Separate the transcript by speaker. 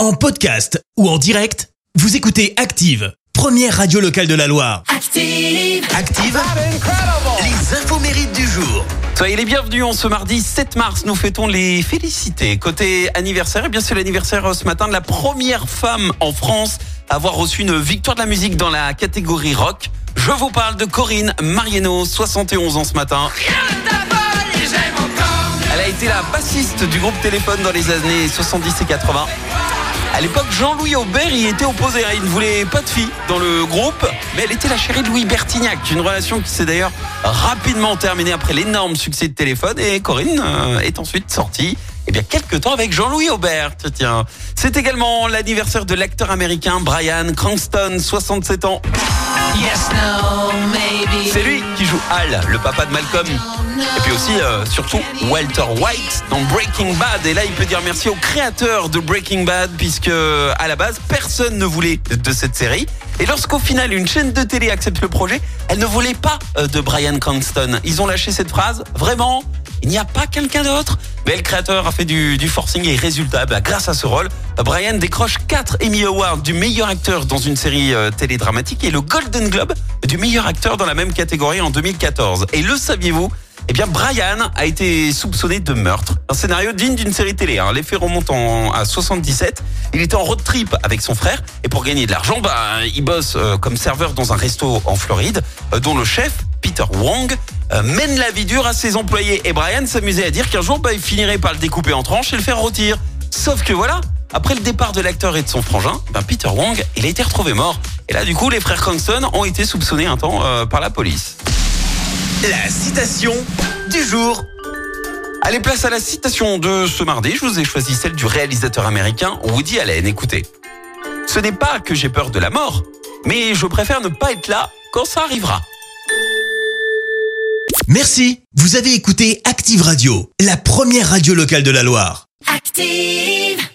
Speaker 1: En podcast ou en direct, vous écoutez Active, première radio locale de la Loire. Active, les infos mérites du jour.
Speaker 2: Soyez les bienvenus, ce mardi 7 mars, nous fêtons les félicités. Côté anniversaire, eh bien c'est l'anniversaire ce matin de la première femme en France à avoir reçu une victoire de la musique dans la catégorie rock. Je vous parle de Corinne Mariano, 71 ans ce matin. Elle a été la bassiste du groupe Téléphone dans les années 70 et 80. À l'époque, Jean-Louis Aubert y était opposé. Il ne voulait pas de fille dans le groupe, mais elle était la chérie de Louis Bertignac. Une relation qui s'est d'ailleurs rapidement terminée après l'énorme succès de Téléphone. Et Corinne est ensuite sortie, quelques temps avec Jean-Louis Aubert. Tiens, c'est également l'anniversaire de l'acteur américain Bryan Cranston, 67 ans. C'est lui qui joue Hal, le papa de Malcolm. Et puis aussi, surtout, Walter White dans Breaking Bad. Et là, il peut dire merci au créateur de Breaking Bad, puisque à la base, personne ne voulait de cette série. Et lorsqu'au final, une chaîne de télé accepte le projet, elle ne voulait pas de Bryan Cranston. Ils ont lâché cette phrase, vraiment, il n'y a pas quelqu'un d'autre. Mais le créateur a fait du forcing et résultat, grâce à ce rôle, Bryan décroche 4 Emmy Awards du meilleur acteur dans une série télédramatique et le Golden Globe du meilleur acteur dans la même catégorie en 2014. Et le saviez-vous ? Bryan a été soupçonné de meurtre. Un scénario digne d'une série télé. Les faits remontent à 77. Il était en road trip avec son frère et pour gagner de l'argent, il bosse comme serveur dans un resto en Floride, dont le chef, Peter Wong, mène la vie dure à ses employés. Et Bryan s'amusait à dire qu'un jour, il finirait par le découper en tranches et le faire rôtir. Sauf que voilà, après le départ de l'acteur et de son frangin, Peter Wong, il a été retrouvé mort. Et là, du coup, les frères Cranston ont été soupçonnés un temps par la police.
Speaker 1: La citation du jour.
Speaker 2: Allez, place à la citation de ce mardi. Je vous ai choisi celle du réalisateur américain Woody Allen. Écoutez. Ce n'est pas que j'ai peur de la mort, mais je préfère ne pas être là quand ça arrivera.
Speaker 1: Merci. Vous avez écouté Active Radio, la première radio locale de la Loire.
Speaker 3: Active!